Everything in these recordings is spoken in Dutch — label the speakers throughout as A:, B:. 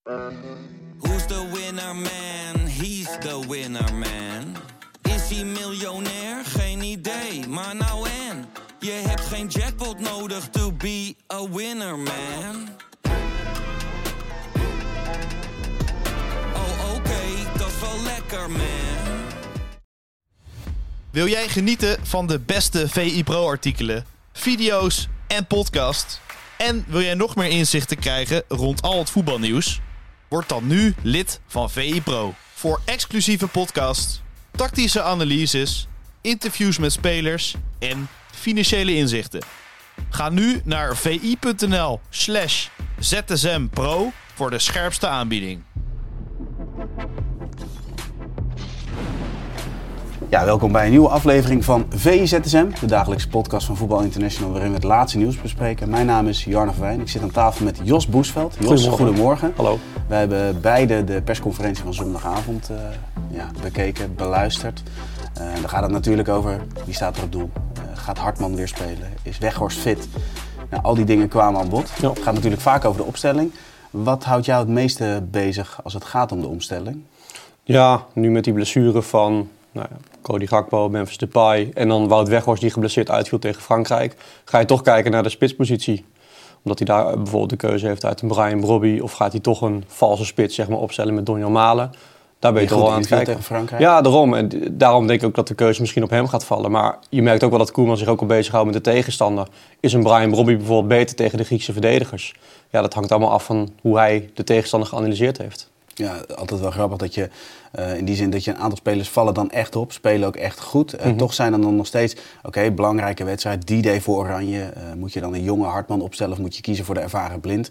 A: Who's the winner man? He's the winner man. Is hij miljonair? Geen idee, maar nou en. Je hebt geen jackpot nodig to be a winner man. Oh oké, dat is wel lekker man.
B: Wil jij genieten van de beste VI Pro artikelen, video's en podcasts? En wil jij nog meer inzichten krijgen rond al het voetbalnieuws? Word dan nu lid van VI Pro. Voor exclusieve podcasts, tactische analyses, interviews met spelers en financiële inzichten. Ga nu naar vi.nl/ZSMPro voor de scherpste aanbieding.
C: Ja, welkom bij een nieuwe aflevering van VI-ZSM, de dagelijkse podcast van Voetbal International, waarin we het laatste nieuws bespreken. Mijn naam is Jarno Verwijn. Ik zit aan tafel met Jos Boesveld. Jos, goedemorgen.
D: Hallo.
C: We hebben beide de persconferentie van zondagavond bekeken, beluisterd. Dan gaat het natuurlijk over wie staat er op doel. Gaat Hartman weer spelen? Is Weghorst fit? Nou, al die dingen kwamen aan bod.
D: Ja.
C: Het gaat natuurlijk vaak over de opstelling. Wat houdt jou het meeste bezig als het gaat om de omstelling?
D: Ja, nu met die blessure van Cody Gakpo, Memphis Depay en dan Wout Weghorst die geblesseerd uitviel tegen Frankrijk. Ga je toch kijken naar de spitspositie. Omdat hij daar bijvoorbeeld de keuze heeft uit een Brian Brobby of gaat hij toch een valse spits opstellen met Donjan Malen. Daar ben je toch wel aan het kijken.
C: Tegen Frankrijk?
D: Ja, daarom. En daarom denk ik ook dat de keuze misschien op hem gaat vallen. Maar je merkt ook wel dat Koeman zich ook al bezighoudt met de tegenstander. Is een Brian Brobby bijvoorbeeld beter tegen de Griekse verdedigers? Ja, dat hangt allemaal af van hoe hij de tegenstander geanalyseerd heeft.
C: Ja, altijd wel grappig dat je in die zin dat je een aantal spelers vallen dan echt op, spelen ook echt goed. Toch zijn er dan nog steeds, belangrijke wedstrijd, D-Day voor Oranje. Moet je dan een jonge Hartman opstellen of moet je kiezen voor de ervaren Blind?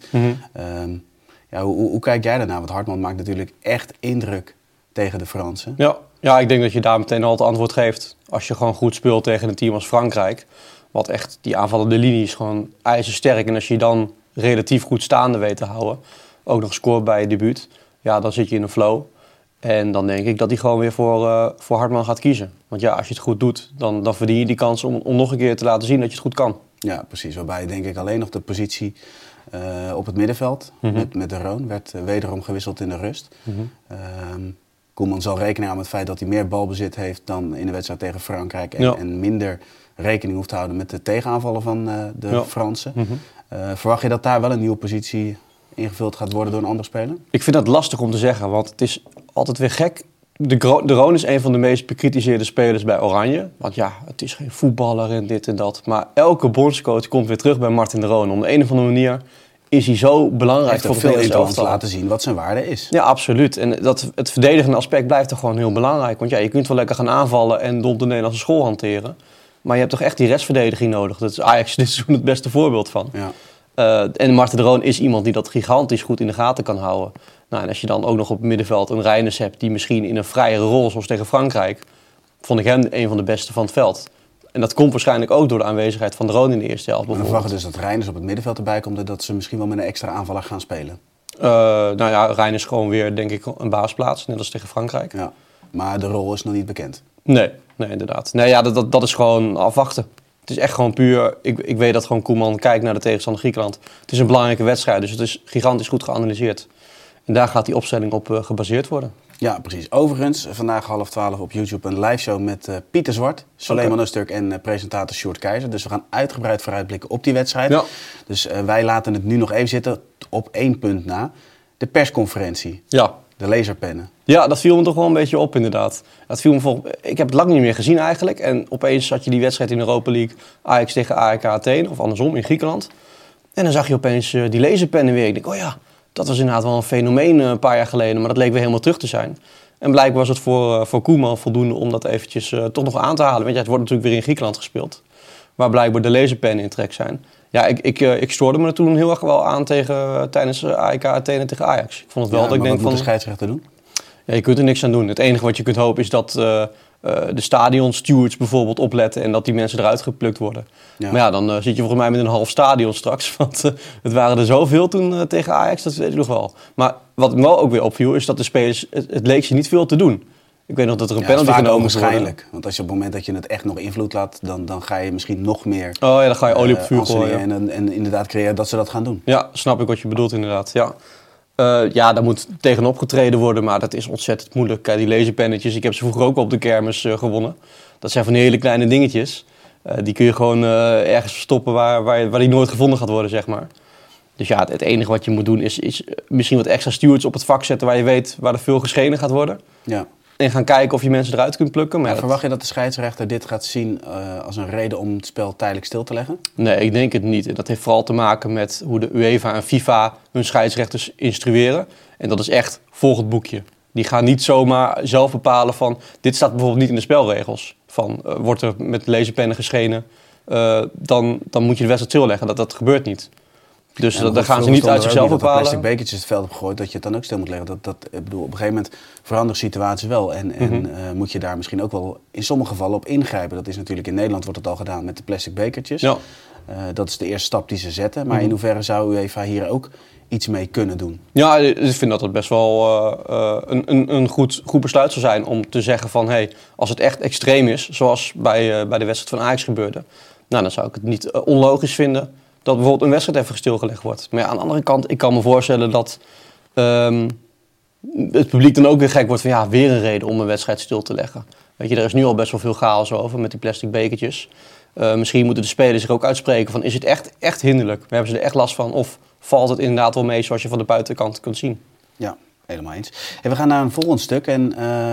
C: Hoe kijk jij daarna? Want Hartman maakt natuurlijk echt indruk tegen de Fransen.
D: Ja, ik denk dat je daar meteen al het antwoord geeft. Als je gewoon goed speelt tegen een team als Frankrijk, wat echt die aanvallende linie is gewoon ijzersterk. En als je dan relatief goed staande weet te houden, ook nog scoort bij je debuut, ja, dan zit je in een flow. En dan denk ik dat hij gewoon weer voor Hartman gaat kiezen. Want ja, als je het goed doet, dan verdien je die kans om nog een keer te laten zien dat je het goed kan.
C: Ja, precies. Waarbij denk ik alleen nog de positie op het middenveld met de Roon werd wederom gewisseld in de rust. Koeman zal rekening houden met het feit dat hij meer balbezit heeft dan in de wedstrijd tegen Frankrijk. En minder rekening hoeft te houden met de tegenaanvallen van de Fransen. Verwacht je dat daar wel een nieuwe positie ingevuld gaat worden door een andere speler? Ik
D: vind dat lastig om te zeggen, want het is altijd weer gek. De Roon is een van de meest bekritiseerde spelers bij Oranje. Want ja, het is geen voetballer en dit en dat. Maar elke bondscoach komt weer terug bij Martin de Roon. Om de een of andere manier is hij zo belangrijk voor
C: veel
D: het
C: te laten zien wat zijn waarde is.
D: Ja, absoluut. En het verdedigende aspect blijft toch gewoon heel belangrijk. Want ja, je kunt wel lekker gaan aanvallen en dom de Nederlandse school hanteren. Maar je hebt toch echt die restverdediging nodig. Dat is Ajax dit seizoen het beste voorbeeld van.
C: Ja.
D: En Marten de Roon is iemand die dat gigantisch goed in de gaten kan houden. Nou, en als je dan ook nog op het middenveld een Reijnders hebt die misschien in een vrijere rol, zoals tegen Frankrijk, vond ik hem een van de beste van het veld. En dat komt waarschijnlijk ook door de aanwezigheid van de Roon in de eerste helft.
C: We verwachten dus dat Reijnders op het middenveld erbij komt en dat ze misschien wel met een extra aanvaller gaan spelen.
D: Reijnders gewoon weer, denk ik, een baasplaats, net als tegen Frankrijk.
C: Ja, maar de rol is nog niet bekend.
D: Nee, inderdaad. Nee, ja, dat is gewoon afwachten. Het is echt gewoon puur, ik weet dat gewoon Koeman kijkt naar de tegenstander Griekenland. Het is een belangrijke wedstrijd, dus het is gigantisch goed geanalyseerd. En daar gaat die opstelling op gebaseerd worden.
C: Ja, precies. Overigens, vandaag 11:30 op YouTube een liveshow met Pieter Zwart, Soleiman Öztürk en presentator Sjoerd Keizer. Dus we gaan uitgebreid vooruitblikken op die wedstrijd. Ja. Dus wij laten het nu nog even zitten op 1 punt na. De persconferentie.
D: Ja.
C: De laserpennen.
D: Ja, dat viel me toch wel een beetje op inderdaad. Ik heb het lang niet meer gezien eigenlijk. En opeens zat je die wedstrijd in de Europa League, Ajax tegen AEK Athene, of andersom in Griekenland. En dan zag je opeens die laserpennen weer. Ik denk, dat was inderdaad wel een fenomeen een paar jaar geleden, maar dat leek weer helemaal terug te zijn. En blijkbaar was het voor Koeman voldoende om dat eventjes toch nog aan te halen. Want ja, het wordt natuurlijk weer in Griekenland gespeeld, waar blijkbaar de laserpennen in trek zijn. Ja, ik stoorde me er toen heel erg wel aan tijdens AEK Athene tegen Ajax. Ik vond het wel dat ik denk
C: wat moet de scheidsrechter doen?
D: Ja, je kunt er niks aan doen. Het enige wat je kunt hopen is dat de stadionstewards bijvoorbeeld opletten en dat die mensen eruit geplukt worden. Ja. Maar ja, dan zit je volgens mij met een half stadion straks. Want het waren er zoveel toen tegen Ajax, dat weet ik nog wel. Maar wat me wel ook weer opviel is dat de spelers, het leek ze niet veel te doen. Ik weet nog dat er een penalty genomen moest worden.
C: Waarschijnlijk. Want als je op het moment dat je het echt nog invloed laat, dan ga je misschien nog meer
D: dan ga je olie op vuur gooien.
C: En inderdaad creëren dat ze dat gaan doen.
D: Ja, snap ik wat je bedoelt inderdaad. Ja. Daar moet tegenop getreden worden, maar dat is ontzettend moeilijk. Kijk, die laserpennetjes, ik heb ze vroeger ook op de kermis gewonnen. Dat zijn van die hele kleine dingetjes. Die kun je gewoon ergens verstoppen waar die nooit gevonden gaat worden, zeg maar. Dus ja, het enige wat je moet doen is misschien wat extra stewards op het vak zetten waar je weet waar er veel geschenen gaat worden.
C: Ja.
D: En gaan kijken of je mensen eruit kunt plukken. Maar
C: verwacht je dat de scheidsrechter dit gaat zien als een reden om het spel tijdelijk stil te leggen?
D: Nee, ik denk het niet. En dat heeft vooral te maken met hoe de UEFA en FIFA hun scheidsrechters instrueren. En dat is echt volg het boekje. Die gaan niet zomaar zelf bepalen van... Dit staat bijvoorbeeld niet in de spelregels. Van wordt er met laserpennen geschenen, dan moet je de wedstrijd stilleggen. Dat gebeurt niet. Dus daar gaan ze niet uit zichzelf bepalen.
C: Als plastic bekertjes het veld op gegooid, dat je het dan ook stil moet leggen. Ik bedoel, op een gegeven moment verandert de situatie wel. En moet je daar misschien ook wel in sommige gevallen op ingrijpen. Dat is natuurlijk in Nederland wordt het al gedaan met de plastic bekertjes.
D: Ja.
C: Dat is de eerste stap die ze zetten. Maar in hoeverre zou UEFA hier ook iets mee kunnen doen?
D: Ja, ik vind dat het best wel een goed besluit zou zijn om te zeggen van... Hey, als het echt extreem is, zoals bij de wedstrijd van Ajax gebeurde... dan zou ik het niet onlogisch vinden dat bijvoorbeeld een wedstrijd even stilgelegd wordt. Maar ja, aan de andere kant, ik kan me voorstellen dat het publiek dan ook weer gek wordt van... ja, weer een reden om een wedstrijd stil te leggen. Weet je, er is nu al best wel veel chaos over met die plastic bekertjes. Misschien moeten de spelers zich ook uitspreken van... is het echt hinderlijk? Hebben ze er echt last van? Of valt het inderdaad wel mee zoals je van de buitenkant kunt zien?
C: Ja, helemaal eens. En we gaan naar een volgend stuk en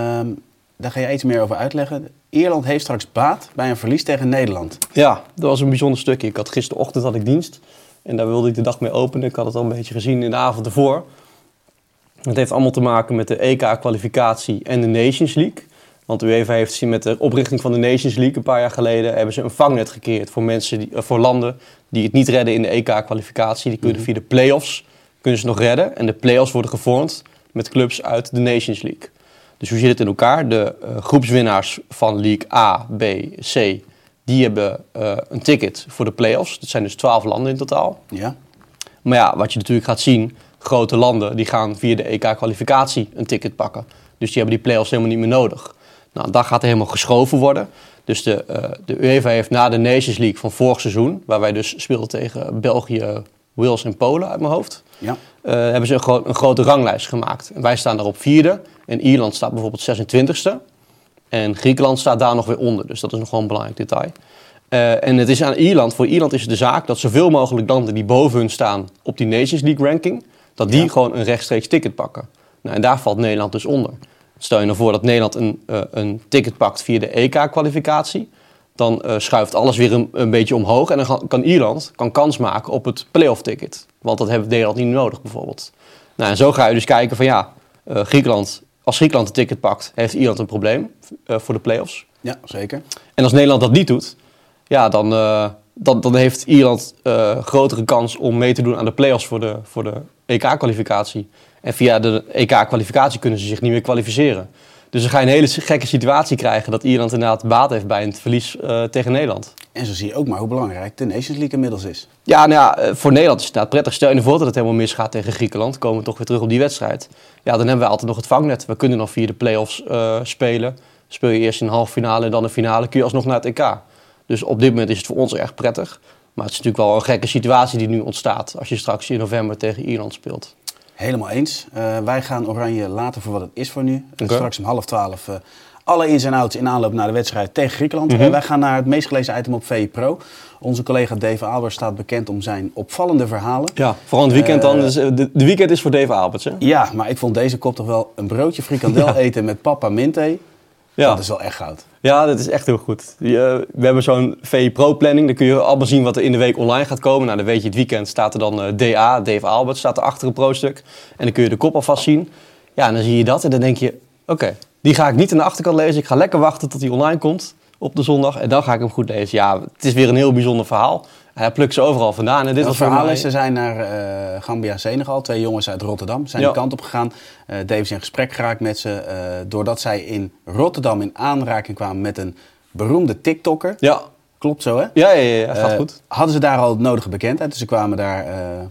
C: daar ga je iets meer over uitleggen. Ierland heeft straks baat bij een verlies tegen Nederland.
D: Ja, dat was een bijzonder stukje. Gisterochtend had ik dienst en daar wilde ik de dag mee openen. Ik had het al een beetje gezien in de avond ervoor. Het heeft allemaal te maken met de EK-kwalificatie en de Nations League. Want de UEFA heeft met de oprichting van de Nations League een paar jaar geleden... hebben ze een vangnet gecreëerd voor voor landen die het niet redden in de EK-kwalificatie. Die kunnen via de play-offs kunnen ze nog redden. En de play-offs worden gevormd met clubs uit de Nations League. Dus hoe zit het in elkaar? De groepswinnaars van League A, B, C... die hebben een ticket voor de play-offs. Dat zijn dus 12 landen in totaal.
C: Ja.
D: Maar ja, wat je natuurlijk gaat zien... grote landen die gaan via de EK-kwalificatie een ticket pakken. Dus die hebben die play-offs helemaal niet meer nodig. Nou, dat gaat er helemaal geschoven worden. Dus de UEFA heeft na de Nations League van vorig seizoen... waar wij dus speelden tegen België, Wales en Polen uit mijn hoofd...
C: Ja.
D: Hebben ze een grote ranglijst gemaakt. En wij staan daar op 4e. En Ierland staat bijvoorbeeld 26e. En Griekenland staat daar nog weer onder. Dus dat is nog wel een belangrijk detail. En het is aan Ierland. Voor Ierland is het de zaak dat zoveel mogelijk landen die boven hun staan op die Nations League ranking... dat die gewoon een rechtstreeks ticket pakken. Nou, en daar valt Nederland dus onder. Stel je nou voor dat Nederland een ticket pakt via de EK-kwalificatie... dan schuift alles weer een beetje omhoog. En dan kan Ierland kans maken op het play-off-ticket. Want dat heeft Nederland niet nodig, bijvoorbeeld. Nou, en zo ga je dus kijken van ja, Griekenland... Als Griekenland een ticket pakt, heeft Ierland een probleem voor de play-offs.
C: Ja, zeker.
D: En als Nederland dat niet doet, ja, dan heeft Ierland grotere kans om mee te doen aan de play-offs voor de EK-kwalificatie. En via de EK-kwalificatie kunnen ze zich niet meer kwalificeren. Dus dan ga je een hele gekke situatie krijgen dat Ierland inderdaad baat heeft bij een verlies tegen Nederland.
C: En zo zie je ook maar hoe belangrijk de Nations League inmiddels is.
D: Ja, nou ja, voor Nederland is het inderdaad prettig. Stel je voor dat het helemaal misgaat tegen Griekenland. Komen we toch weer terug op die wedstrijd. Ja, dan hebben we altijd nog het vangnet. We kunnen nog via de play-offs spelen. Speel je eerst in een halve finale en dan een finale. Kun je alsnog naar het EK. Dus op dit moment is het voor ons erg prettig. Maar het is natuurlijk wel een gekke situatie die nu ontstaat. Als je straks in november tegen Ierland speelt.
C: Helemaal eens. Wij gaan Oranje laten voor wat het is voor nu.
D: Okay.
C: Straks om 11:30 alle ins en outs in aanloop naar de wedstrijd tegen Griekenland. Wij gaan naar het meest gelezen item op VI Pro. Onze collega Dave Alberts staat bekend om zijn opvallende verhalen.
D: Ja, vooral het weekend dan. Dus de weekend is voor Dave Alberts, hè?
C: Ja, maar ik vond deze kop toch wel een broodje frikandel eten met papa Minte. Ja. Dat is wel echt goud.
D: Ja, dat is echt heel goed. We hebben zo'n VI Pro planning. Dan kun je allemaal zien wat er in de week online gaat komen. Nou, dan weet je het weekend staat er dan DA, Dave Alberts, staat er achter een pro-stuk. En dan kun je de kop alvast zien. Ja, en dan zie je dat en dan denk je, oké, die ga ik niet aan de achterkant lezen. Ik ga lekker wachten tot die online komt op de zondag. En dan ga ik hem goed lezen. Ja, het is weer een heel bijzonder verhaal. Hij plukt ze overal vandaan. En dit was
C: verhaal is, ze zijn naar Gambia, Senegal. 2 jongens uit Rotterdam zijn die kant op gegaan. Dave is in gesprek geraakt met ze. Doordat zij in Rotterdam in aanraking kwamen met een beroemde TikToker.
D: Ja.
C: Klopt zo, hè?
D: Ja, gaat goed.
C: Hadden ze daar al het nodige bekendheid. Dus ze kwamen daar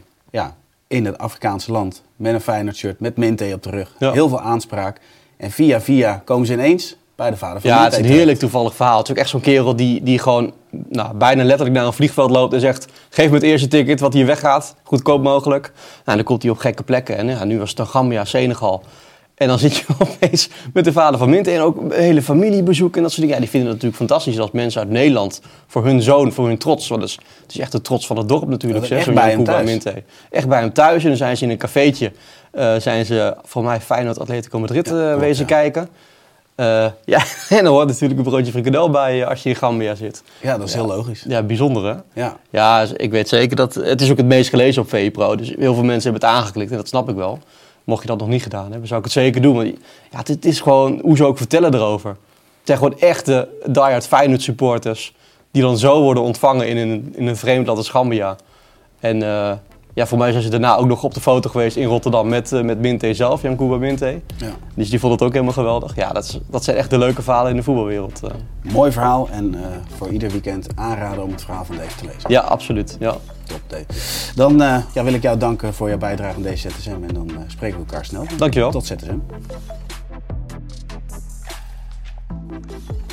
C: in het Afrikaanse land met een Feyenoord shirt, met Minte op de rug. Ja. Heel veel aanspraak. En via komen ze ineens bij de vader van
D: Ja,
C: Minte
D: het is een heerlijk toevallig verhaal. Het is ook echt zo'n kerel die gewoon bijna letterlijk naar een vliegveld loopt en zegt... geef me het eerste ticket wat hier weggaat, goedkoop mogelijk. Nou, dan komt hij op gekke plekken. En nu was het dan Gambia, Senegal. En dan zit je opeens met de vader van Minte en ook een hele familiebezoek en dat soort dingen. Ja, die vinden het natuurlijk fantastisch als mensen uit Nederland voor hun zoon, voor hun trots. Want het is echt de trots van het dorp natuurlijk.
C: Ja, echt bij hem thuis.
D: Minte. Echt bij hem thuis. En dan zijn ze in een cafeetje, zijn ze voor mij Feyenoord Atletico Madrid wezen kijken. Ja, en dan hoort natuurlijk een broodje frikandel bij als je in Gambia zit.
C: Ja, dat is heel logisch.
D: Ja, bijzonder hè?
C: Ja.
D: Ja, ik weet zeker dat... Het is ook het meest gelezen op VE Pro. Dus heel veel mensen hebben het aangeklikt en dat snap ik wel. Mocht je dat nog niet gedaan hebben, zou ik het zeker doen. Want ja, het is gewoon hoe ze ook vertellen erover. Het zijn gewoon echte diehard Feyenoord supporters... die dan zo worden ontvangen in een vreemd land als Gambia. En voor mij zijn ze daarna ook nog op de foto geweest in Rotterdam... met Minte zelf, Yankuba Minte. Ja. Dus die vond het ook helemaal geweldig. Ja, dat zijn echt de leuke verhalen in de voetbalwereld.
C: Mooi verhaal en voor ieder weekend aanraden om het verhaal van Dave te lezen.
D: Ja, absoluut. Ja.
C: Top, Dave. Dan wil ik jou danken voor jouw bijdrage aan deze ZSM en dan spreken we elkaar snel.
D: Dankjewel.
C: Tot ZSM.